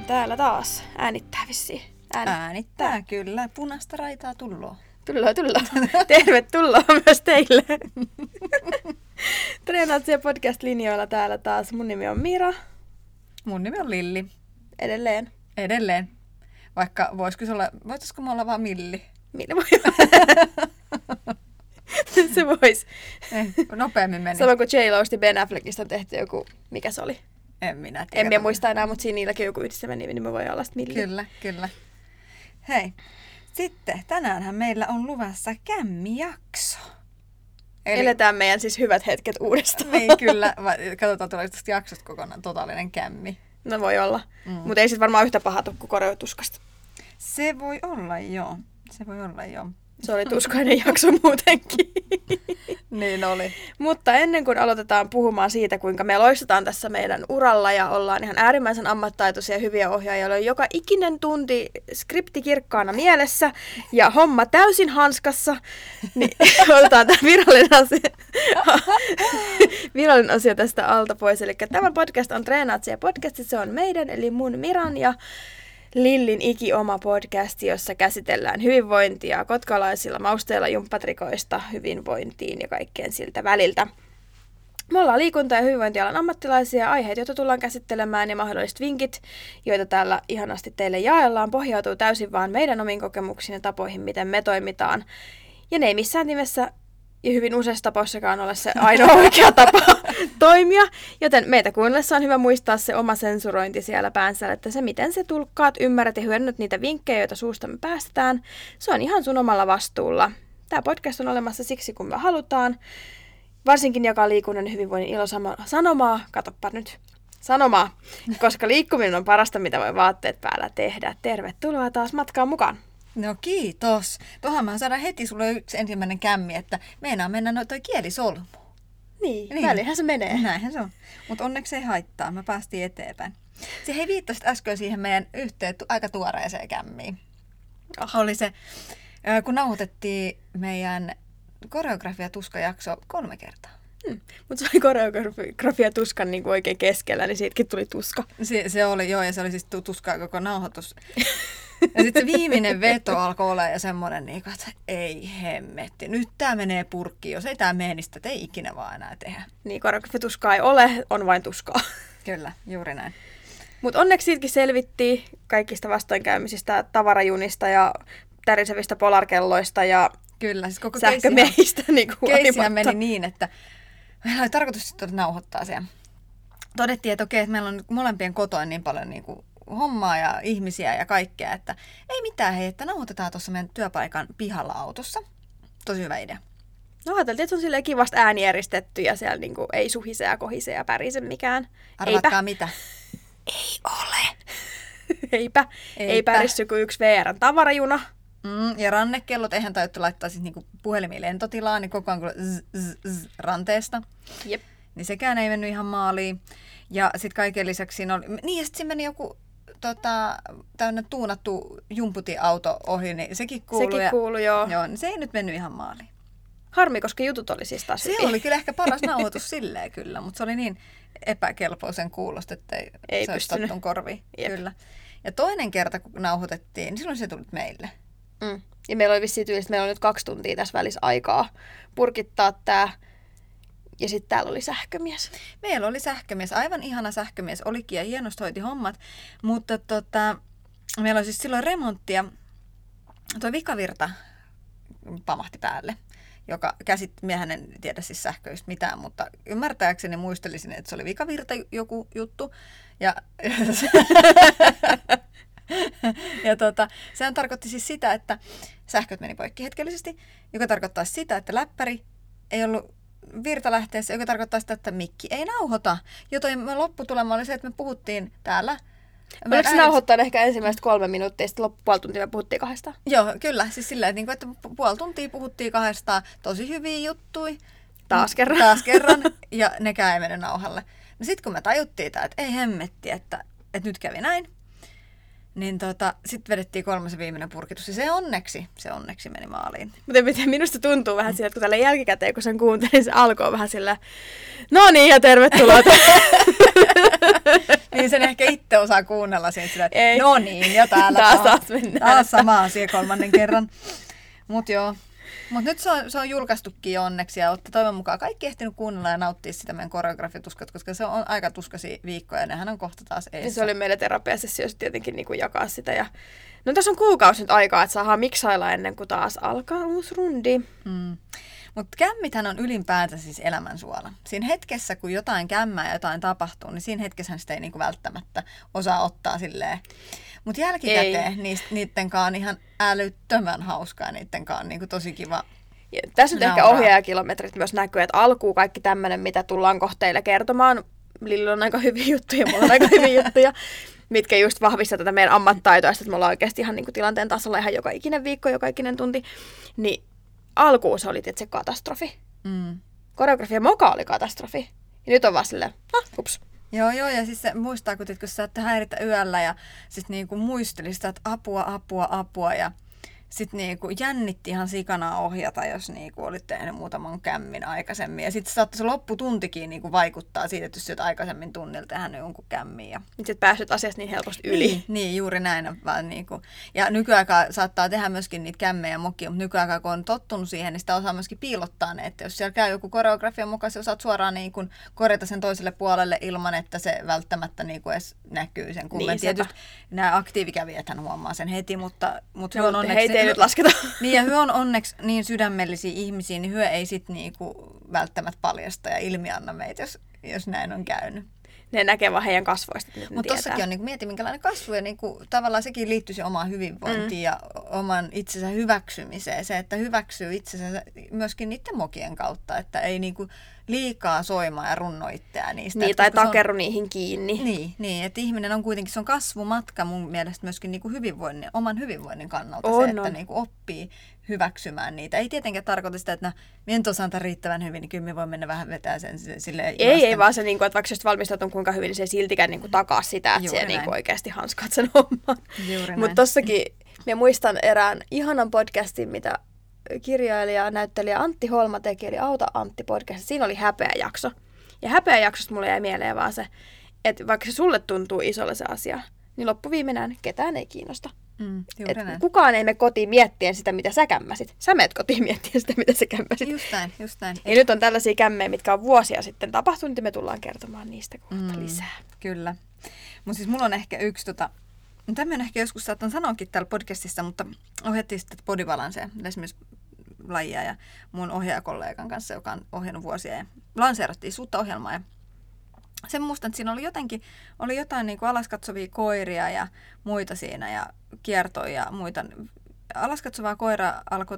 on täällä taas. Äänittää vissiin. Äänittää, kyllä. Punaista raitaa tulloo. Tulla. Tervetuloa myös teille. Treenaatsia podcast-linjoilla täällä taas. Mun nimi on Mira. Mun nimi on Lilli. Edelleen. Vaikka voisiko me olla vaan Milli? Milli voi olla. Se vois. Nopeammin meni. Sama kuin J-Losti Ben Affleckista on tehty joku, mikä se oli? En minä tiedä. En minä muista enää, mutta siinä niilläkin on joku yhdistelmä nimi, niin me voi olla sitten Milli. Kyllä. Hei, sitten tänäänhän meillä on luvassa kämmijakso. Eletään meidän siis hyvät hetket uudestaan. Niin, kyllä. Katsotaan, tulee tästä jaksosta kokonaan totaalinen kämmi. No voi olla. Mutta ei sitten varmaan yhtä paha kuin koreutuskasta. Se voi olla, joo. Se oli tuskainen jakso muutenkin. Niin oli. Mutta ennen kuin aloitetaan puhumaan siitä, kuinka me loistetaan tässä meidän uralla ja ollaan ihan äärimmäisen ammattitaitoisia hyviä ohjaajia, joilla on joka ikinen tunti skripti kirkkaana mielessä ja homma täysin hanskassa, niin otetaan tämä virallinen asia tästä alta pois. Eli tämä podcast on Treenaatsia podcast, se on meidän, eli mun Miran ja Lillin ikioma podcasti, jossa käsitellään hyvinvointia kotkalaisilla mausteilla jumppatrikoista hyvinvointiin ja kaikkeen siltä väliltä. Me ollaan liikunta- ja hyvinvointialan ammattilaisia, aiheet, joita tullaan käsittelemään ja mahdolliset vinkit, joita täällä ihanasti teille jaellaan, pohjautuu täysin vaan meidän omiin kokemuksiin ja tapoihin, miten me toimitaan. Ja ne ei missään nimessä ja hyvin useassa tapaussakaan ole se ainoa oikea tapa toimia, joten meitä kuunnellessa on hyvä muistaa se oma sensurointi siellä päänsä, että se miten sä tulkkaat, ymmärrät ja hyödynnät niitä vinkkejä, joita suustamme päästetään, se on ihan sun omalla vastuulla. Tämä podcast on olemassa siksi, kun me halutaan, varsinkin jakaa liikunnan ja hyvinvoinnin ilosanomaa, sanomaa, koska liikkuminen on parasta, mitä voi vaatteet päällä tehdä. Tervetuloa taas matkaan mukaan. No kiitos. Tuohon mä saadaan heti sulle yksi ensimmäinen kämmi, että meinaa mennä toi kielisolmu. Niin, väliinhän se menee. Näinhän se on. Mutta onneksi ei haittaa. Me päästiin eteenpäin. Se hei viittasit äsken siihen meidän yhteen aika tuoreeseen kämmiin. Oli se, kun nauhoitettiin meidän koreografia-tuska-jakso 3 kertaa. Mutta se oli koreografia-tuskan niin oikein keskellä, niin siitäkin tuli tuska. Se oli, joo, ja se oli siis tuskaa koko nauhoitus. Ja sitten se viimeinen veto alkoi olla ja semmoinen, että ei hemmetti, nyt tämä menee purkkiin. Jos ei tämä mene, niin sitä ei ikinä vaan enää tehdä. Niin, koreografiatuskaa ei ole, on vain tuskaa. Kyllä, juuri näin. Mutta onneksi siitäkin selvittiin kaikista vastoinkäymisistä, tavarajunista ja tärisevistä polarkelloista ja kyllä, siis koko sähkömiehistä. Keisihän meni niin, että meillä oli tarkoitus sitten nauhoittaa siellä. Todettiin, että okei, että meillä on molempien kotoa niin paljon niin kuin hommaa ja ihmisiä ja kaikkea, että ei mitään, hei, että nauhoitetaan tuossa meidän työpaikan pihalla autossa. Tosi hyvä idea. No ajateltiin, että se on silleen kivasti äänieristetty ja siellä niinku ei suhise ja kohise ja pärise mikään. Arvatkaa mitä? Ei ole. Eipä. Ei pärissy kuin yksi VR:n tavarajuna. Ja rannekellot, eihän tajuttu laittaa siis niinku puhelimiin lentotilaan, niin koko ajan ranteesta. Jep. Niin sekään ei mennyt ihan maaliin. Ja sitten kaiken lisäksi siinä oli, niin ja sitten siinä meni joku tämmöinen tuunattu jumputiauto ohi, niin sekin kuului. Sekin kuului, joo. Joo, niin se ei nyt mennyt ihan maaliin. Harmi, koska jutut oli siis taas se oli kyllä ehkä paras nauhoitus silleen kyllä, mutta se oli niin epäkelpoisen kuulosta, että ei se olisi tottunut korviin. Kyllä. Ja toinen kerta, kun nauhoitettiin, niin silloin se tuli meille. Ja meillä oli vissiin tyylissä, meillä on nyt 2 tuntia tässä välissä aikaa purkittaa tämä. Ja sitten täällä oli sähkömies. Meillä oli sähkömies, aivan ihana sähkömies olikin ja hienosti hoiti hommat, mutta meillä oli siis silloin remonttia. Tuo vikavirta pamahti päälle, joka miehän en tiedä siis sähköistä mitään, mutta ymmärtääkseni muistelisin, että se oli vikavirta joku juttu. Ja sehän tarkoitti siis sitä, että sähköt meni poikki hetkellisesti, joka tarkoittaa sitä, että läppäri ei ollut virtalähteessä, joka tarkoittaa sitä, että mikki ei nauhoita. Joten lopputulema oli se, että me puhuttiin täällä. Oliko se nauhoittaa ehkä ensimmäistä 3 minuuttia, sitten puoli tuntia me puhuttiin 2? Joo, kyllä. Siis sillä, että puoli tuntia puhuttiin 2 tosi hyviä juttuja. Taas kerran. Ja nekään ei mennyt nauhalle. No sitten kun me tajuttiin, että ei hemmetti, että nyt kävi näin, Niin sitten vedettiin 3. viimeinen purkitus ja se onneksi meni maaliin. Mutta minusta tuntuu vähän siltä, että kun tällä jälkikäteen, kun sen kuuntelin, se alkoi vähän sillä, no niin ja tervetuloa. Niin sen ehkä itse osaa kuunnella siitä, että no niin ja täällä taas sama asia 3. kerran. Mut joo. Mutta nyt se on julkaistukin onneksi ja olette toivon mukaan kaikki ehtinyt kuunnella ja nauttia sitä meidän koreografiatuskat, koska se on aika tuskaisia viikkoja ja nehän on kohta taas eessä. Ja se oli meille terapiasessiossa tietenkin niin kuin jakaa sitä. Ja... No tässä on kuukausi nyt aikaa, että saadaan miksailla ennen kuin taas alkaa uusi rundi. Mutta kämmithän on ylipäätään siis elämänsuola. Siinä hetkessä, kun jotain kämmää ja jotain tapahtuu, niin siinä hetkessä sitä ei niinku välttämättä osaa ottaa silleen. Mutta jälkikäteen niiden kanssa on ihan älyttömän hauskaa, niiden kanssa on niinku tosi kiva. Ja tässä nyt ehkä ohjaajakilometrit myös näkyy, että alkuun kaikki tämmöinen, mitä tullaan kohteille kertomaan. Lilla on aika hyviä juttuja, mulla on aika hyviä juttuja, mitkä just vahvistaa tätä meidän ammattitaitoa, että me ollaan oikeasti ihan niinku tilanteen tasolla ihan joka ikinen viikko, joka ikinen tunti. Niin alkuun se oli tietysti katastrofi. Koreografia moka oli katastrofi. Ja nyt on vaan silleen, hups. Joo, ja siis se muistaa, kun sä saatte häiritä yöllä ja sit niinku muisteli sitä, että apua ja sit niinku jännitti ihan sikanaa ohjata, jos niinku olit tehnyt muutaman kämmin aikaisemmin. Ja sit saattoi se lopputuntikin niinku vaikuttaa siitä, että jos olet aikaisemmin tunnilla tehnyt jonkun kämmin. Ja sit pääset asiasta niin helposti yli. Niin juuri näin. Vaan niinku. Ja nykyaikaa saattaa tehdä myöskin niitä kämmejä ja mokia, mutta nykyaikaa kun on tottunut siihen, niin sitä osaa myöskin piilottaa ne. Että jos siellä käy joku koreografia mukaan, sä osaat suoraan niinku korjata sen toiselle puolelle ilman, että se välttämättä niinku edes näkyy sen kummen. Niin, tietysti nämä aktiivikävijäthän huomaa sen heti, mutta no, on onneksi heitä ei nyt lasketa. Niin ja hyö on onneksi niin sydämellisiä ihmisiä, niin hyö ei sit niinku välttämättä paljasta ja ilmianna meitä, jos näin on käynyt. Ne näkee vaan heidän kasvoista. Mutta tossakin on, niinku, mieti minkälainen kasvu ja niinku, tavallaan sekin liittyy omaan hyvinvointiin ja oman itsensä hyväksymiseen. Se, että hyväksyy itsensä myöskin niiden mokien kautta, että ei niinku liikaa soimaa ja runno itseään niistä. Niin, tai takeru niihin kiinni. Niin, että ihminen on kuitenkin, se on kasvumatka mun mielestä myöskin niinku oman hyvinvoinnin kannalta. Että niinku oppii hyväksymään niitä. Ei tietenkään tarkoita sitä, että minä en osaan riittävän hyvin, niin kyllä me voi mennä vähän vetää sen silleen. Ei vaan se, että vaikka jos valmistautuu kuinka hyvin, niin se ei siltikään takaa sitä, että se oikeasti hanskat sen homman. Mutta tossakin minä muistan erään ihanan podcastin, mitä kirjailija ja näyttelijä Antti Holma teki, eli Auta Antti podcast. Siinä oli häpeäjakso. Ja häpeäjaksosta mulle jäi mieleen vaan se, että vaikka se sulle tuntuu isolle se asia, niin loppuviimeinen ketään ei kiinnosta. Kukaan ei mene kotiin miettien sitä, mitä sä kämmäsit. Sä menet kotiin miettien sitä, mitä sä kämmäsit. Just näin. Ja nyt on tällaisia kämmejä, mitkä on vuosia sitten tapahtunut, ja me tullaan kertomaan niistä kohta lisää. Kyllä. Mutta siis mulla on ehkä yksi, tämmöinen ehkä joskus saatan sanoakin täällä podcastissa, mutta ohjattiin sitten Body Balancea, esimerkiksi lajia ja mun ohjaajakollegan kanssa, joka on ohjannut vuosia, ja lanseerattiin uutta ohjelmaa. Ja sen muistan, että siinä oli jotain niin kuin alaskatsovia koiria ja muita siinä ja kiertoja ja muita. Alaskatsovaa koira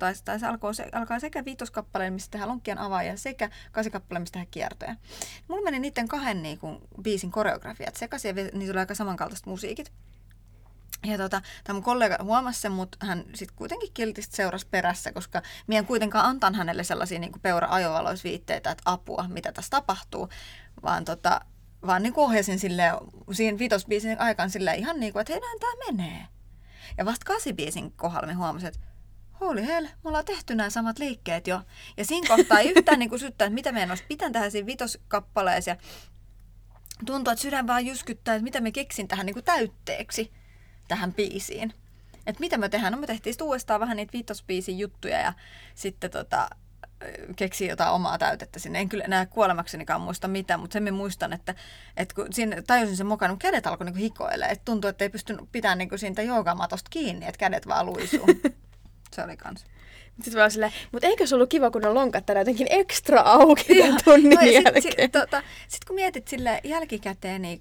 alkaa sekä 5. kappaleen, mistä tehdään lonkkien avaaja, sekä 8. kappaleen, mistä tehdään kiertoja. Mulla meni niiden 2 niin kuin biisin koreografiat sekaisin ja niitä oli aika samankaltaiset musiikit. Ja tämä mun kollega huomasi sen, mutta hän sitten kuitenkin kiltisti seurasi perässä, koska minä en kuitenkaan antan hänelle sellaisia niin kuin peura-ajovaloisviitteitä, että apua, mitä tässä tapahtuu, vaan niin kuin ohjasin silleen, siinä 5. biisin aikaan silleen ihan niin kuin, että hei, näin tämä menee. Ja vasta 8. biisin kohdalla me huomasin, että holy hell, me ollaan tehty nämä samat liikkeet jo. Ja siinä kohtaa ei yhtään niin kuin syttää, että mitä meidän olisi pitänyt tehdä siinä 5. kappaleessa. Ja tuntuu, että sydän vaan jyskyttää, että mitä me keksin tähän niin kuin täytteeksi tähän biisiin. Että mitä me tehdään? No me tehtiin uudestaan vähän niitä 5. biisin juttuja ja sitten keksi jotain omaa täytettä sinne. En kyllä enää kuolemaksenikaan muista mitään, mutta sen me muistan, että kun siinä tajusin sen mukaan, kädet alkoi niinku hikoilemaan. Että tuntui, että ei pystynyt pitämään niinku siitä joogamatosta kiinni, että kädet vaan luisuu. Se oli kans. Sitten vaan silleen, mutta eikö se ollut kiva, kun on lonkat tänään jotenkin ekstra auki tämän tunnin jälkeen? Sitten kun mietit silleen jälkikäteen, niin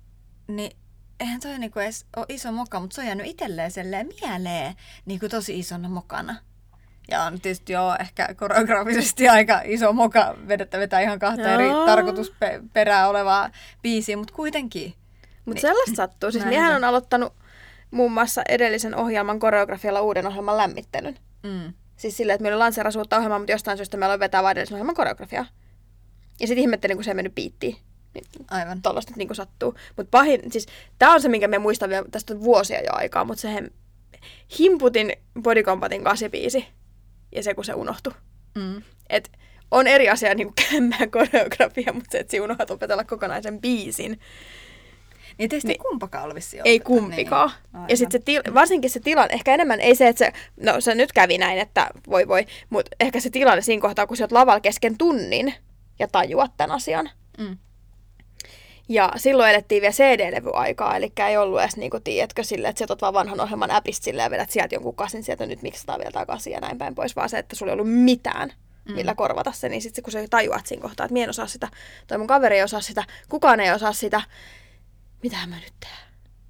eihän toi niinku edes ole iso moka, mutta se on jäänyt itselleen mieleen niinku tosi isona mokana. Ja on tietysti ehkä koreografisesti aika iso moka vetää ihan 2 eri tarkoitusperää olevaa biisiä, mutta kuitenkin. Mutta sellaista sattuu. Siis miehän on aloittanut muun muassa edellisen ohjelman koreografialla uuden ohjelman lämmittelyn. Siis silleen, että meillä on lanseerasi uutta ohjelmaa, mutta jostain syystä meillä on vetää vain edellisen ohjelman koreografiaa. Ja sitten ihmettelin, kun se ei mennyt biittiin. Aivan. Tollaista nyt niinku sattuu. Mutta pahin, siis tää on se, minkä me muistan vielä, tästä on vuosia jo aikaa, mutta se himputin Body Combatin kasibiisi ja se, kun se unohtui. Et on eri asia niinku kämmää koreografia, mutta se, että sinä unohdat opetella kokonaisen biisin. Niin teistä ei kumpakaan ole vissiin ei kumpikaan. Niin. Ja sitten varsinkin se tilanne, ehkä enemmän ei se, että se nyt kävi näin, että voi, mutta ehkä se tilanne siinä kohtaa, kun sä oot lavalla kesken tunnin ja tajuat tämän asian. Ja silloin elettiin vielä CD-levyaikaa, eli ei ollut edes, niin kuin, tiedätkö, silleen, että sä otat vaan vanhan ohjelman appista silleen ja vedät sieltä jonkun kasin sieltä, nyt miksataan vielä takaisin ja näin päin pois, vaan se, että sulla ei ollut mitään, millä korvata se, niin sitten kun sä tajuat siinä kohtaa, että mie en osaa sitä, toi mun kaveri ei osaa sitä, kukaan ei osaa sitä, mitähän mä nyt teen?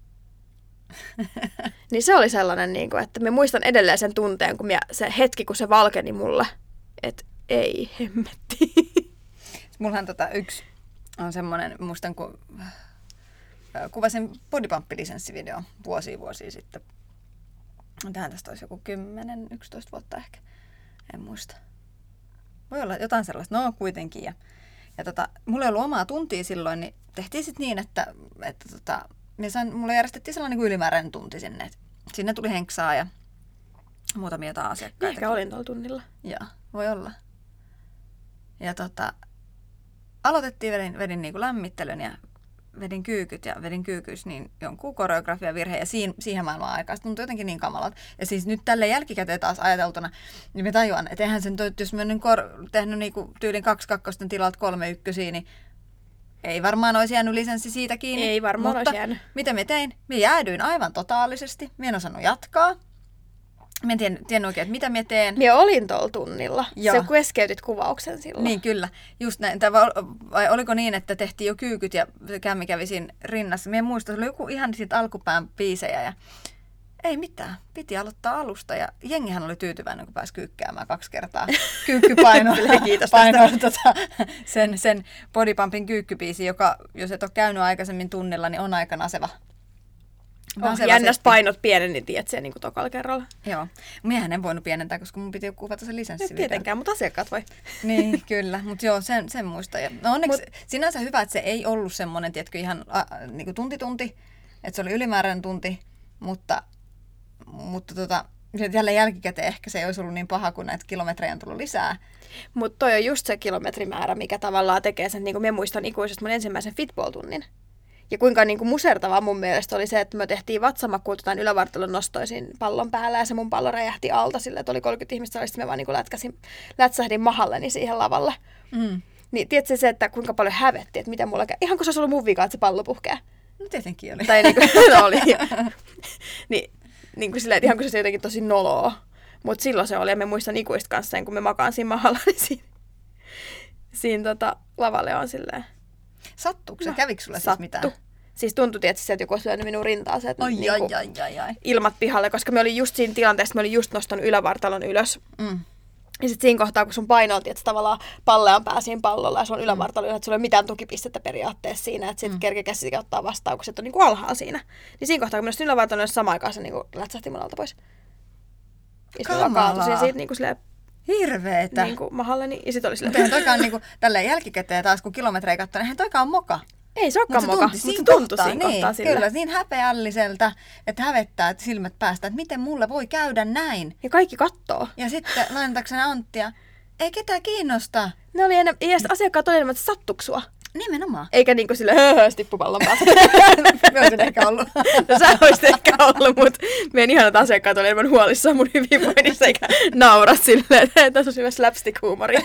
Niin se oli sellainen, niin kuin, että mä muistan edelleen sen tunteen, kun se hetki, kun se valkeni mulle, että ei hemmetti. Mullahan yksi on semmoinen, muistan kun kuvasin bodypump-lisenssivideo vuosia sitten. Tähän tästä olisi joku 10-11 vuotta ehkä, en muista. Voi olla jotain sellaista, no kuitenkin. Ja mulla ei ollut omaa tuntia silloin, niin tehtiin sitten niin, että mulle järjestettiin sellainen niin ylimääräinen tunti sinne. Sinne tuli henksaa ja muutamia jotain asiakkaita. Ehkä olin tuolla tunnilla. Joo, voi olla. Ja aloitettiin, vedin niin kuin lämmittelyn ja vedin kyykyt ja vedin kyykyys niin jonkun koreografiavirhe ja siihen maailman aikaan se tuntui jotenkin niin kamalalta. Ja siis nyt tälle jälkikäteen taas ajateltuna, niin mä tajuan, että eihän sen jos mä tehnyt niinku tyylin 2 kakkosten tilalta 3 ykkösiä, niin ei varmaan olisi jäänyt lisenssi siitä kiinni. Ei varmaan olisi jäänyt. Mitä mä tein? Mä jäädyin aivan totaalisesti. Mä en osannut jatkaa. Mä en tiennyt oikein, että mitä mä teen. Mä olin tuolla tunnilla. Joo. Se keskeytit kuvauksen silloin. Niin, kyllä. Just näin. Vai oliko niin, että tehtiin jo kyykyt ja kämmi kävi siinä rinnassa? Mä en muista, se oli joku ihan siitä alkupään biisejä ja ei mitään. Piti aloittaa alusta ja jengihän oli tyytyväinen, kun pääsi kyykkäämään 2 kertaa. Kyykky paino sen bodypumpin kyykkybiisi, joka, jos et ole käynyt aikaisemmin tunnilla, niin on aika naseva. Jännästä painot pienen, niin tiedät sen niin kuin tokalla kerralla. Joo. Miehän en voinut pienentää, koska mun piti kuvata se lisenssivideo. Ei tietenkään, mutta asiakkaat voi. Niin, kyllä. Mutta joo, sen muista. Ja no onneksi sinänsä hyvä, että se ei ollut semmoinen, tiedätkö, ihan niin kuin tunti, että se oli ylimääräinen tunti, mutta jälleen jälkikäteen ehkä se ei olisi ollut niin paha, kun näitä kilometrejä on tullut lisää. Mutta toi on just se kilometrimäärä, mikä tavallaan tekee sen, niin kuin minä muistan ikuisesti mun ensimmäisen fitball-tunnin. Ja kuinka niin kuin musertavaa mun mielestä oli se, että me tehtiin vatsamakkuut jotain ylävartalon nostoisin pallon päällä ja se mun pallo räjähti alta silleen, että oli 30 ihmistä ja sitten mä vaan niin kuin lätsähdin mahalleni siihen lavalle. Niin tiedätkö se, että kuinka paljon hävetti, että mitä mulla käy. Ihan kun se olisi ollut mun vika, että se pallo puhkee. No tietenkin oli. Tai niin kuin oli. Niin kuin silleen, että ihan kun se jotenkin tosi noloa. Mutta silloin se oli ja me muistan ikuista kanssa sen, kun me makaan siinä mahallani siinä lavalle on silleen. Sattuuko se? Kävikö sulle siis mitään? Siis tuntui tietysti, että joku olisi lyönyt minun rintaan se, että ai. ilmat pihalle, koska me olin just siinä tilanteessa, me olin just nostanut ylävartalon ylös. Ja sitten siinä kohtaa, kun sun paino on tietysti tavallaan pallean pää siinä pallolla ja sun ylävartalo ylös, että sulla ei ole mitään tukipistettä periaatteessa siinä, että sitten kerkeä käsikin ottaa vastaan, kun se on niin kuin alhaalla siinä. Niin siinä kohtaa, kun nostin ylävartalon ylös, samaan aikaan se niin kuin lätsähti mun alta pois. Ja sitten mä kaatusin siitä niin kuin silleen hirveetä. Niin kuin mahalleni. Ja sit oli silleen. Mutta eihän toikaan niin tälleen jälkikäteen taas kun kilometrejä katsoo, niin eihän toikaan moka. Ei se olekaan moka, mutta se tuntui siinä kohtaa sille. Kyllä, niin häpeälliseltä, että hävettää, että silmät päästä, että miten mulle voi käydä näin. Ja kaikki kattoo. Ja sitten lainatakseni Anttia, ei ketään kiinnosta. Ne oli enemmän, ja asiakkaat oli enemmän, että sattuiko sua? Nimenomaan. Eikä niinku sille tippupallon päästä. Mä olisin ehkä ollut. No sä olisit ehkä ollut, mutta meidän ihanat asiakkaat oli enemmän huolissaan mun hyvinvoinnissa, eikä naura silleen, että tässä on hyvä slapstick-huumori.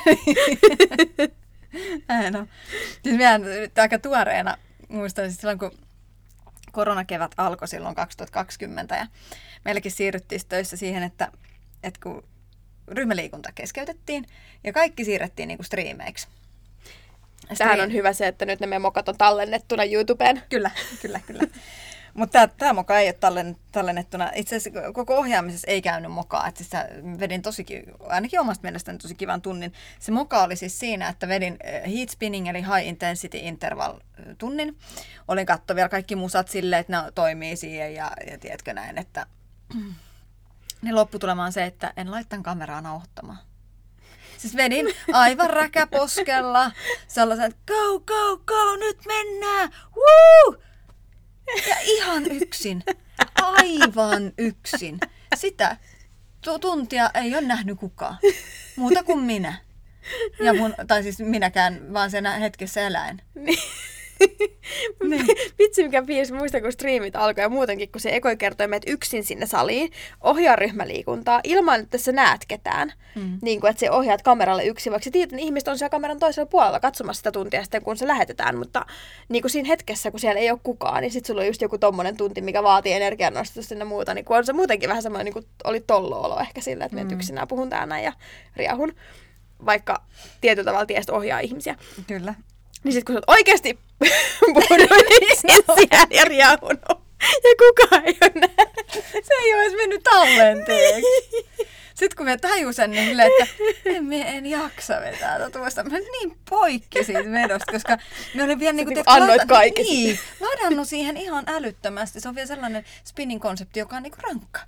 No. Siis minä aika tuoreena muistan silloin, kun koronakevät alkoi silloin 2020 ja meilläkin siirryttiin töissä siihen, että kun ryhmäliikunta keskeytettiin ja kaikki siirrettiin niinku striimeiksi. Tähän on hyvä se, että nyt ne meidän mokat on tallennettuna YouTubeen. Kyllä. Mutta tämä moka ei ole tallennettuna. Itse asiassa koko ohjaamisessa ei käynyt mokaa. Että siis vedin ainakin omasta mielestäni tosi kivan tunnin. Se moka oli siis siinä, että vedin heat spinning eli high intensity interval tunnin. Olin katsoa vielä kaikki musat silleen, että ne toimii siihen ja tiedätkö näin, että niin lopputulema on se, että en laittanut kameraa nauhoittamaan. Siis vedin aivan räkäposkella sellaisen, go, go, go, nyt mennään, woo! Ja ihan yksin, aivan yksin. Sitä tuntia ei ole nähnyt kukaan, muuta kuin minä. Ja tai siis minäkään, vaan sen hetkessä eläin. Niin. Vitsi mikä fiilis, muistan kun striimit alkoi ja muutenkin, kun se ekoi kertoi meidät yksin sinne saliin, ohjaa ryhmäliikuntaa ilman, että sä näet ketään. Niin kuin, että sä ohjaat kameralle yksin, vaikka sä tiedät, että ihmiset on siellä kameran toisella puolella katsomassa sitä tuntia sitten, kun se lähetetään. Mutta niin kuin siinä hetkessä, kun siellä ei ole kukaan, niin sit sulla on just joku tommonen tunti, mikä vaatii energiannostusta ja muuta. Niin on se muutenkin vähän semmoinen, niin kuin oli tollo-olo ehkä sillä, että meidät yksinään puhun täällä ja riahun. Vaikka tietyllä tavalla tiestä ohjaa ihmisiä. Kyllä. Niin sit kun sä oot oikeesti puhunut siellä ja riahunut ja kukaan ei ole nähnyt. Se ei ole edes mennyt tallenteeksi. Sitten kun me tajusin, niin silleen, että en jaksa vetää tuosta. Mä niin poikki siitä vedosta, koska me olin vielä niin annoit kaiken. Niin, ladannut siihen ihan älyttömästi. Se on vielä sellainen spinning-konsepti, joka on niinku rankka.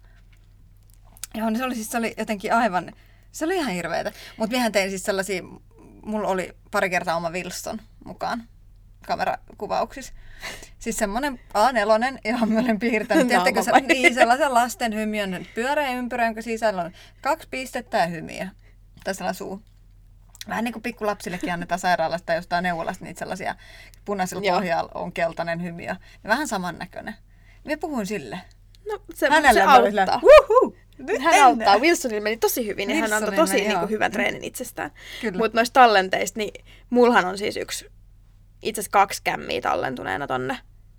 Joo, niin se oli jotenkin aivan, se oli ihan hirveetä. Mutta mehän tein siis sellaisia, mulla oli pari kertaa oma Wilson mukaan kamerakuvauksissa. Siis semmoinen A4, johon mä olen piirtänyt. Tiedättekö sellaisen lasten hymiön pyöreä ympyrä, jonka sisällä on 2 pistettä ja hymiö. Tai sellainen suu. Vähän niin kuin pikkulapsillekin annetaan sairaalasta tai jostain neuvolasta niitä sellaisia punaisella pohjalla on keltainen hymiö. Ja vähän samannäköinen. Mä puhuin sille. No se auttaa. Hän auttaa. Wilsonille meni tosi hyvin ja hän antoi tosi niin kuin, hyvän treenin itsestään. Mutta noista tallenteista, niin mullahan on siis itse asiassa 2 kämmiä tallentuneena tonne.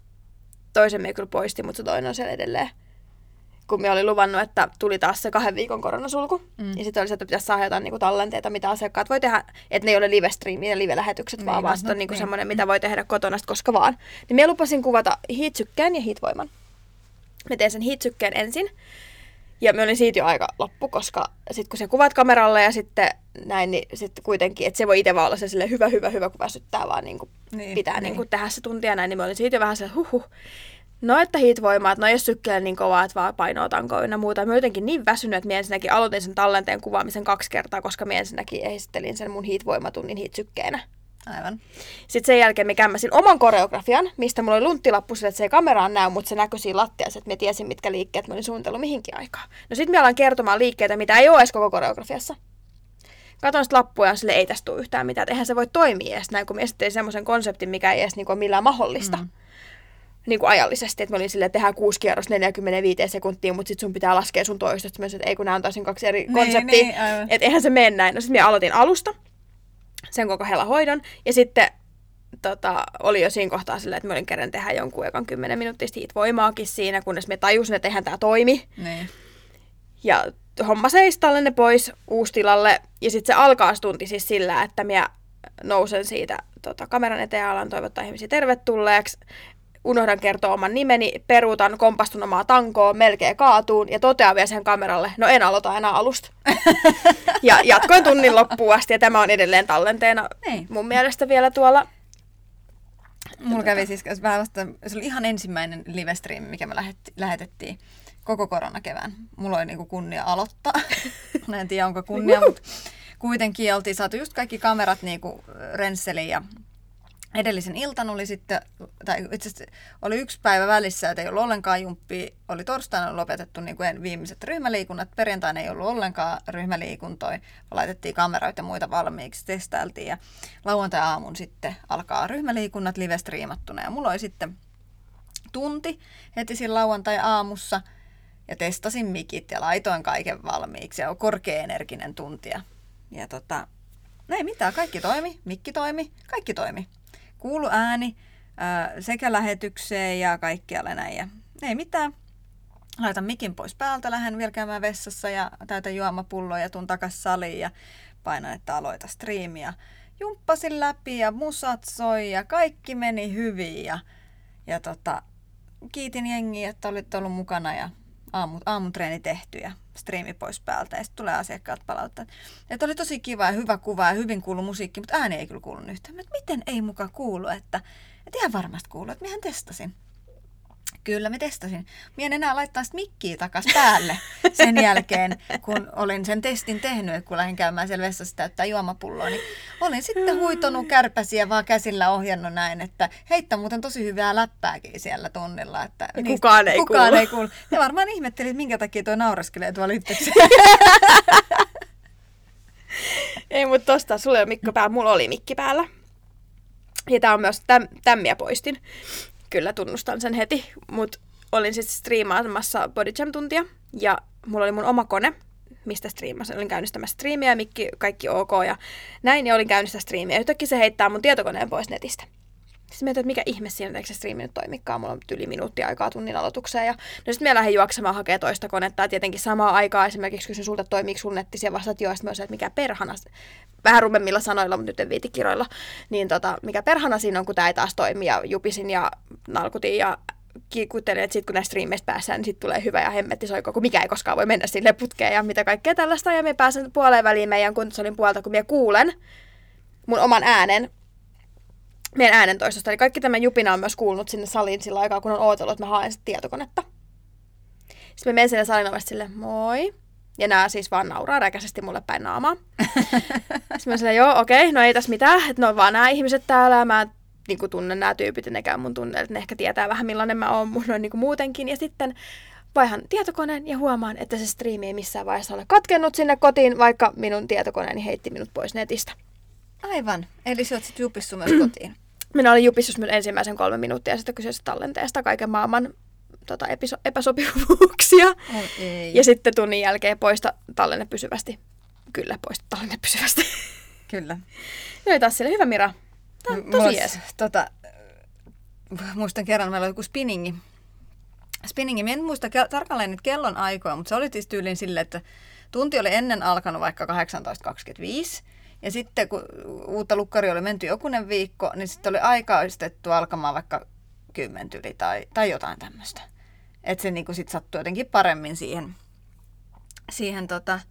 Toisen me kyllä poisti, mutta se toinen on siellä edelleen. Kun me oli luvannut, että tuli taas se 2 viikon koronasulku. Ja sitten oli se, että pitäisi saada jotain niinku tallenteita, mitä asiakkaat voi tehdä. Että ne ei ole live-streamia ja live-lähetykset, niin, vaan sitten on niinku semmoinen, mitä voi tehdä kotona koska vaan. Niin me lupasin kuvata hiitsykkeen ja hiitvoiman. Me tein sen hiitsykkeen ensin. Ja me olin siitä jo aika loppu, koska sitten kun sä kuvat kameralle ja sitten näin, niin sitten kuitenkin, että se voi itse vaan olla se silleen hyvä, kun väsyttää vaan niin kuin pitää niin kuin tehdä se tuntia näin, niin me olin siitä jo vähän silleen No, että hiitvoimaa, että no jos sykkeellä niin kovaa, että vaan painoa tankoa ja muuta. Mä jotenkin niin väsynyt, että mä ensinnäkin aloitin sen tallenteen kuvaamisen 2 kertaa, koska mä ensinnäkin esittelin sen mun hiitvoimatunnin hiitsykkeenä. Aivan. Sitten sen jälkeen mä kämmäsin oman koreografian, mistä mulla oli lunttilappu sille, että se ei kameraan näy, mutta se näkyi siinä lattiassa, että mä tiesin, mitkä liikkeet mä olin suunnitellut mihinkin aikaan. No sit mä alan kertomaan liikkeitä, mitä ei ole edes koko koreografiassa. Katon sitä lappua ja sille ei tästä tule yhtään mitään, että eihän se voi toimia edes näin, kun mä esittelin semmoisen konseptin, mikä ei edes niin kuin millään mahdollista. Niin kuin ajallisesti, että mä olin silleen, että tehdään 6 kierrosta 45 sekuntia, mutta sit sun pitää laskea sun toistosta. Mä sanoin, että ei kun nämä on täysin 2 eri konseptia, että eihän se mene näin. No sit mä aloitin alusta. Sen koko hella hoidon. Ja sitten oli jo siinä kohtaa silleen, että mä olin kerran tehdä jonkun ekan 10 minuuttista hiitvoimaakin siinä, kunnes me tajusin, että eihän tää toimi. Niin. Ja homma seis tallenne pois uustilalle. Ja sitten se alkaa tunti siis sillä, että mä nousen siitä kameran eteen ja alan toivottaa ihmisiä tervetulleeksi. Unohdan kertoa oman nimeni, peruutan, kompastun omaa tankoa, melkein kaatuun ja totean vielä sen kameralle, no en aloita enää alusta. Ja jatkoin tunnin loppuun asti ja tämä on edelleen tallenteena mun mielestä vielä tuolla. Mulla kävi siis vähän vasta, se oli ihan ensimmäinen livestream, mikä me lähetettiin koko koronakevään. Mulla oli niinku kunnia aloittaa. Mä en tiedä onko kunnia, mutta kuitenkin oltiin saatu just kaikki kamerat niinku rensseliin ja edellisen iltan oli sitten, tai itse asiassa oli 1 päivä välissä, että ei ollut ollenkaan jumppia. Oli torstaina lopetettu niin kuin viimeiset ryhmäliikunnat. Perjantaina ei ollut ollenkaan ryhmäliikuntoja. Laitettiin kameroita ja muita valmiiksi, testailtiin. Ja lauantai-aamun sitten alkaa ryhmäliikunnat live-striimattuna. Ja mulla oli sitten tunti heti siinä lauantai-aamussa. Ja testasin mikit ja laitoin kaiken valmiiksi. Ja on korkea-energinen tunti. Ja ei mitään, kaikki toimi. Mikki toimi, kaikki toimi. Kuulu ääni sekä lähetykseen ja kaikkialle näin. Ja ei mitään. Laitan mikin pois päältä, lähden vielä käymään vessassa ja täytän juomapulloa ja tuun takas saliin ja painan, että aloita striimiä. Jumppasin läpi ja musat soi ja kaikki meni hyvin. Ja kiitin jengiä, että olit ollut mukana ja aamutreeni tehty ja striimi pois päältä ja sitten tulee asiakkaat palauttaa. Että oli tosi kiva ja hyvä kuva ja hyvin kuulu musiikki, mutta ääni ei kyllä kuulunut yhtään. Miten ei muka kuulu, että ihan varmasti kuulu, että minähän testasin. Kyllä, mä testasin. Mä en enää laittaa sitä mikkiä takas päälle sen jälkeen, kun olin sen testin tehnyt, että kun lähdin käymään siellä vessassa täyttää juomapulloa, niin olin sitten huitonut kärpäsiä vaan käsillä ohjannut näin, että heittä muuten tosi hyvää läppääkin siellä tunnilla. Että kukaan ei kuulu. Ja varmaan ihmettelin, että minkä takia toi naureskelee tuolla yhteyksessä. Ei, mutta tosta, sulla ei ole mikko päällä, mulla oli mikki päällä. Ja tää on myös, tämmiä poistin. Kyllä tunnustan sen heti, mutta olin sitten striimaamassa Body Jam-tuntia ja mulla oli mun oma kone, mistä striimasin. Olin käynnistämässä striimiä, mikki, kaikki ok ja näin, ja olin käynnistämässä striimiä. Yhtäkkiä se heittää mun tietokoneen pois netistä. Sitten mietin, että mikä ihme siinä, eikö se striimi nyt toimikaan. Mulla on yli minuutti aikaa tunnin aloitukseen. Ja no sitten mä lähdin juoksemaan hakemaan toista konetta. Ja tietenkin samaan aikaan esimerkiksi kysyin sulta, toimiiko sun netti. Ja vastaat joo, sitten mä sanoin, että mikä perhana, vähän rummemmilla sanoilla, mutta nyt en viiti kiroilla. Niin mikä perhana siinä on, kun tää ei taas toimi. Ja jupisin ja nalkutin ja kikuttelin, että sit kun näistä striimeistä päässään, niin sit tulee hyvä ja hemmetti soiko, kun mikä ei koskaan voi mennä sille putkeen ja mitä kaikkea tällaista. Ja mä pääsen puoleen väliin meidän kuntosalin puolta, kun mä kuulen mun oman äänen, meidän äänentoistosta. Eli kaikki tämä jupina on myös kuulunut sinne saliin sillä aikaa, kun on ootellut, että mä haen sitä tietokonetta. Sitten mä menen sinne salin ovesta silleen, moi. Ja nää siis vaan nauraa räkäisesti mulle päin naamaa. Sitten mä silleen, joo, okei, no ei tässä mitään. Että ne on vaan nämä ihmiset täällä ja mä niin tunnen nämä tyypit ja ne käy mun tunneille. Että ne ehkä tietää vähän millainen mä oon noin niin muutenkin. Ja sitten vaihan tietokoneen ja huomaan, että se striimi ei missään vaiheessa ole katkennut sinne kotiin, vaikka minun tietokoneeni heitti minut pois netistä. Aivan. Eli sä oot sit jupissu myös kotiin. Minä olin jupissus myös ensimmäisen 3 minuuttia sitten kyseisestä tallenteesta kaiken maailman epäsopivuuksia. Ja sitten tunnin jälkeen poista tallenne pysyvästi. Kyllä, poista tallenne pysyvästi. Kyllä. No ei taas siellä. Hyvä Mira. Tämä on tosi jees. Muistan kerran, meillä oli joku spinningi. Mä en muista tarkalleen niitä kellon aikoja, mutta se oli siis tyyliin silleen, että tunti oli ennen alkanut vaikka 18.25. Ja sitten kun uutta lukkaria oli menty jokunen viikko, niin sitten oli aikaistettu alkamaan vaikka 10 yli tai jotain tämmöistä. Että se niinku sit sattui jotenkin paremmin siihen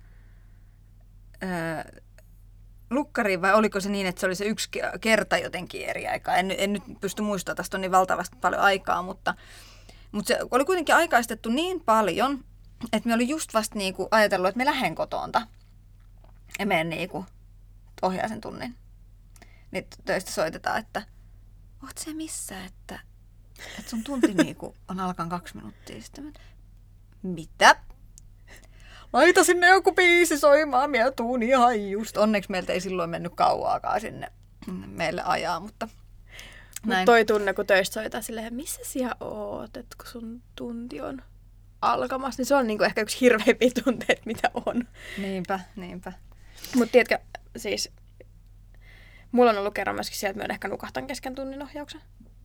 lukkariin, vai oliko se niin, että se oli se yksi kerta jotenkin eri aikaa. En nyt pysty muistamaan, tästä on niin valtavasti paljon aikaa, mutta se oli kuitenkin aikaistettu niin paljon, että me oli just vasta niinku ajatellut, että me lähden kotoonta ja menen niinku ohjaa sen tunnin. Niin töistä soitetaan, että oot se missä, että sun tunti niinku on alkan 2 minuuttia. Sitten mitä? Laita sinne joku biisi soimaan, minä tuun ihan just. Onneksi meiltä ei silloin mennyt kauaakaan sinne meille ajaa, mutta näin. Mut toi tunne, kun töistä soitaan silleen, missä siellä oot, että kun sun tunti on alkamassa, niin se on niinku ehkä yksi hirveimpiä tunteita, mitä on. Niinpä. Mut tiedätkö, siis mulla on ollut kerran myöskin siellä, että mä oon ehkä nukahtan kesken tunnin ohjauksen.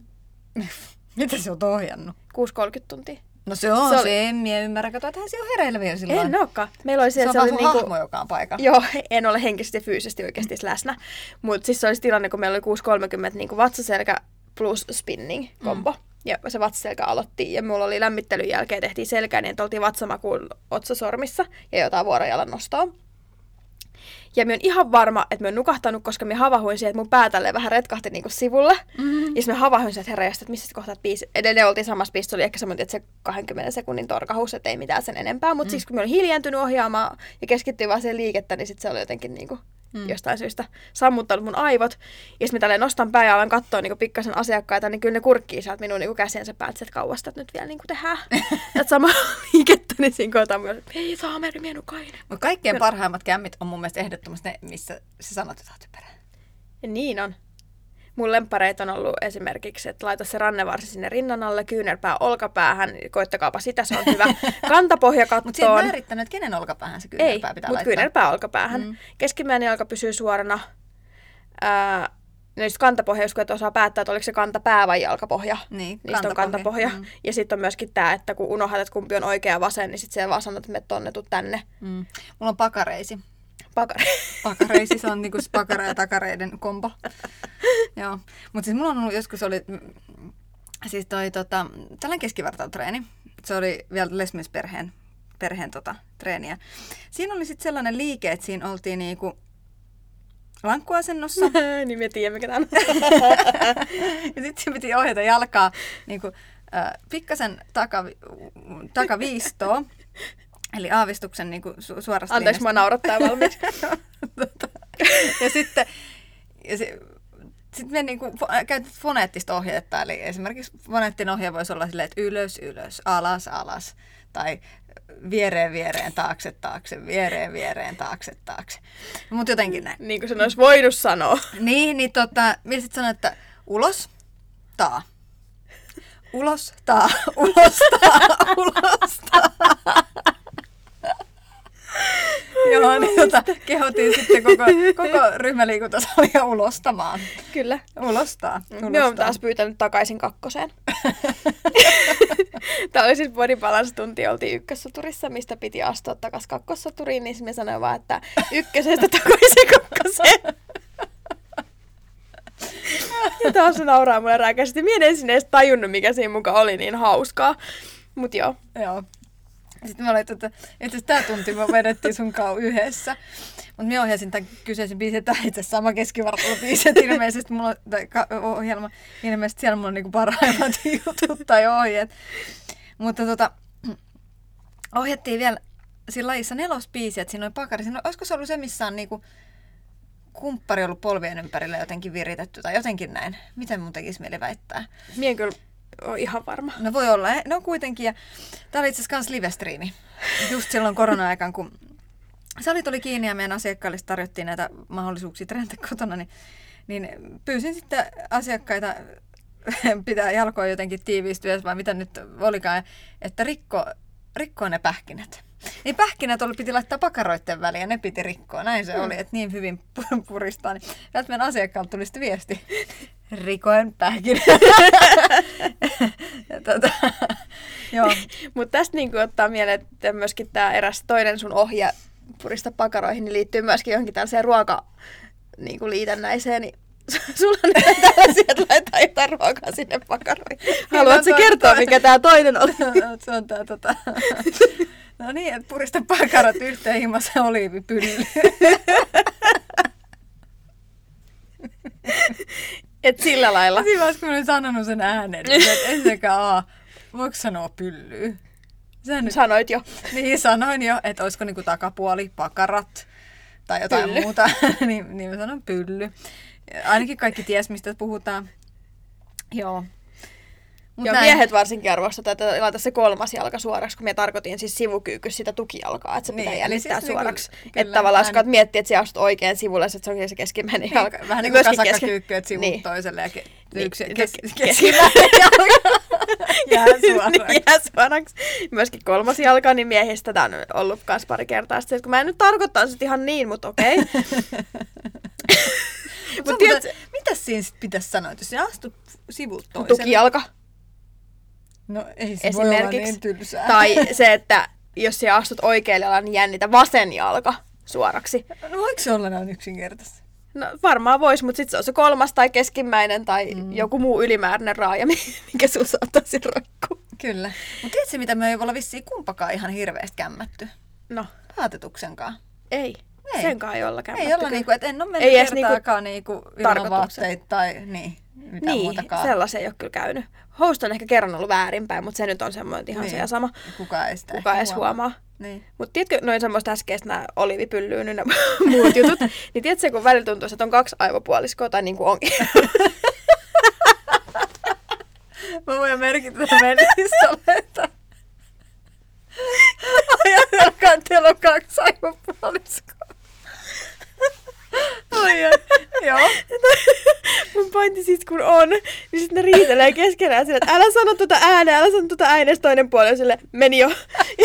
Mitä sä oot ohjannut? 6-30 tuntia. No se on se, en minä ymmärrä. Kato, että se on hereillä vielä silloin. En olekaan. Meillä oli se on vaan sun hahmo, joka on paikalla. Joo, en ole henkisesti ja fyysisesti oikeasti läsnä. Mutta siis se olisi tilanne, kun meillä oli 6.30 niin vatsaselkä plus spinning kombo. Ja se vatsaselkä aloittiin. Ja mulla oli lämmittelyn jälkeen tehtiin selkää, niin oltiin vatsamakuun otsasormissa ja jotain vuorojalan nostoa. Ja mä oon ihan varma, että mä oon nukahtanut, koska mä havahuin siihen, että mun pää tälleen vähän retkahti niinku sivulle. Ja sitten mä havahuin siihen, että herranjestas, että missä kohtaat biisi. Edelleen oltiin samassa biisissä, se oli ehkä semmoinen, että se 20 sekunnin torkahus, että ei mitään sen enempää. Mutta siis kun mä olin hiljentynyt ohjaamaan ja keskittyin vaan siihen liikettä, niin sit se oli jotenkin niinku jostain syystä sammuttanut mun aivot. Ja sitten mä tälleen nostan pää ja alan katsoa niinku pikkasen asiakkaita, niin kyllä ne kurkkii sieltä minun niinku käsiensä päältä, että kauasta nyt vielä niinku tehdään. Että sama liikettä, niin siinä kohtaa myös, että ei saa meri mienukainen. Mutta kaikkein parhaimmat kämmit on mun mielestä ehdottomasti ne, missä se sanot jotain typerää. Ja niin on. Mun lemppareita on ollut esimerkiksi, että laita se rannevarsi sinne rinnan alle, kyynärpää olkapäähän, koittakaapa sitä, se on hyvä. Kantapohja kattoon. Mutta siinä ei määrittänyt, että kenen olkapäähän se kyynärpää pitää laittaa. Ei, mutta kyynärpää olkapäähän. Keskimmäinen jalka pysyy suorana. No just kantapohja, jos et osaa päättää, että oliko se kantapää vai jalkapohja. Niin, niistä on kantapohja. Ja sitten on myöskin tämä, että kun unohdat, että kumpi on oikea ja vasen, niin sitten se vaan sanot, että me tonnetut tänne. Mulla on pakareisi. Pakareisi, se on niinku pakara ja takareiden kombo. Joo. Mutta siis mulla on ollut joskus oli siis tällainen keskivartalotreeni. Se oli vielä lesmiesperheen treeniä. Siinä oli sitten sellainen liike, että siinä oltiin niinku lankkuasennossa. Niin me tiedämme, mikä tämä on. Ja sitten siinä piti ohjata jalkaa niinku pikkasen takaviistoa, eli aavistuksen niin suorasta Anteeksi, mä naurattaa valmiiksi. Ja sitten me niin käytetään foneettista ohjetta, eli esimerkiksi foneettinen ohje voisi olla silleen, että ylös, ylös, alas, alas, tai viereen, viereen, taakse, taakse, viereen, viereen, taakse, taakse. Mutta jotenkin näin. Niin kuin sen olisi voinut sanoa. Niin, minä sitten sanon, että ulos, taa. Ulos, taa, ulos, taa, ulos, taa. Joo, niin kehotin sitten koko ryhmäliikuntasalia ulostamaan. Kyllä. Ulostaa. Me on taas pyytänyt takaisin 2. Tämä oli siis body balance -tunti, oltiin ykkössoturissa, mistä piti astua takaisin 2-soturiin, niin me sanoin vaan, että 1 takaisin 2. Ja taas se nauraa mulle rääkäisesti. Mie en ensin edes tajunnut, mikä siinä mukaan oli niin hauskaa. Mut joo. Joo. Sitten me olin, että itse tämä tunti me vedettiin sun kanssa yhdessä. Mutta minä ohjasin tämän kyseisen biisin, että itse asiassa sama keskivartalo-biisi, että ilmeisesti mulla on ohjelma, ilmeisesti siellä mulla on niinku parhaimmat jutut tai ohjeet. Mutta ohjattiin vielä siinä lajissa 4. biisi, että siinä oli pakari. Siinä, olisiko se ollut se, missä on niinku kumppari ollut polvien ympärillä jotenkin viritetty tai jotenkin näin? Miten mun tekisi mieli väittää? Mien kyllä on ihan varma. No voi olla, no kuitenkin. Ja tää oli itse asiassa kans live-striimi. Just silloin korona-aikaan, kun salit oli kiinni ja meidän asiakkaille tarjottiin näitä mahdollisuuksia treenata kotona, niin pyysin sitten asiakkaita pitää jalkoja jotenkin tiivistyä, vai mitä nyt olikaan, että rikkoo ne pähkinät. Niin pähkinät piti laittaa pakaroitten väliin ja ne piti rikkoa. Näin se oli, että niin hyvin puristaa. Niin meidän asiakkaalta tuli sitten viesti. Rikoen pähkinät. Joo. Mutta tästä niinku ottaa mieleen, että myöskin tämä eräs toinen sun ohje purista pakaroihin niin liittyy myöskin johonkin tällaiseen liitännäiseen. Niin sulla on nyt tällaisia, että laitetaan jotain ruokaa sinne pakaroihin. Haluatko kertoa, mikä tämä toinen oli? Se on tämä No niin, että purista pakarat yhteen himmassa oliivipyllyyn. Et sillä lailla. Siinä vaiheessa, kun mä olin sanonut sen äänen, että ensinnäkään voiko sanoa pyllyä? Sanoit jo. Niin, sanoin jo, että olisiko niinku takapuoli, pakarat tai jotain pylly. Muuta. niin mä sanon pylly. Ainakin kaikki ties, mistä puhutaan. Joo. Joo, miehet varsinkin arvostavat, että laita se 3. jalka suoraksi, kun me tarkoitin siis sivukyykys sitä tukijalkaa, että se pitää jännittää siis suoraksi. Että tavallaan jos miettii, että sä astut oikein sivulle, että se on se keskimmäinen jalka. Vähän niin kuin kasakkakyykky, että sivut niin. Toiselle ja keskimmäinen jalka jää suoraksi. Jää suoraksi. Myöskin 3. jalka, niin miehistä tämä on ollut myös pari kertaa. Sitten, kun mä en nyt tarkoittaa sitä ihan niin, mutta okei. Mitäs siinä sitten pitäisi sanoa, jos sinä astut sivut toiselle? Tukijalka. No ei se voi olla niin tylsää. Tai se, että jos sinä astut oikealle jalalla, niin jännitä vasen jalka suoraksi. No voiko se olla näin yksinkertaisesti? No varmaan voisi, mutta sitten se on se 3. tai keskimmäinen tai joku muu ylimääräinen raaja, mikä sinulla saattaisi roikkua. Kyllä. Mutta tiedätkö, mitä me ei olla vissiin kumpakaan ihan hirveästi kämmätty? No. Vaatetuksenkaan. Ei. Senkaan ei olla kämmätty. Ei olla niinku, että en ole mennyt kertaakaan niinku ilman vaatteita tai mitään muutakaan. Niin, sellaisen ei ole kyllä käynyt. Host on ehkä kerran ollut väärinpäin, mutta se nyt on semmoinen ihan se ja sama. Kukaan ei sitä huomaa. Niin. Mutta tiedätkö, noin semmoista äskeistä nämä olivipyllyyn ja muut jutut, niin tiedätkö, kun välillä tuntuu, että on 2 aivopuoliskoa tai niin kuin onkin. Mä voin merkitä meidän listalle, että ajatelkaa, että teillä on 2 aivopuoliskoa. Joo. Mun pointti siis kun on, niin sitten ne riitelee keskenään sille, että älä sano tuota ääneen, toinen puoli on sille, meni jo.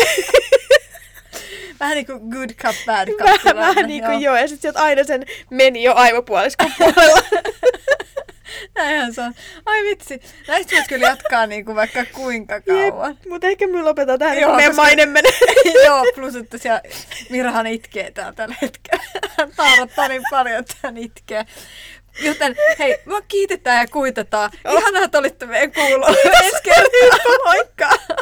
Vähän niin kuin good cup, bad cup. Vähän niin kuin joo, ja sitten sieltä aina sen meni jo aivopuoliskon puolella. Näinhän se on. Ai vitsi, näistä voisi kyllä jatkaa niin kuin vaikka kuinka kauan. Mutta ehkä me lopetaan tähän, kun meidän maine menee. Joo, plus että siellä Mirahan itkee täällä tällä hetkellä. Hän taurattaa niin paljon, että hän itkee. Joten hei, me kiitetään ja kuitataan. Ihanaa, että olitte meidän kuulolla. Ensi kertaa. Moikka!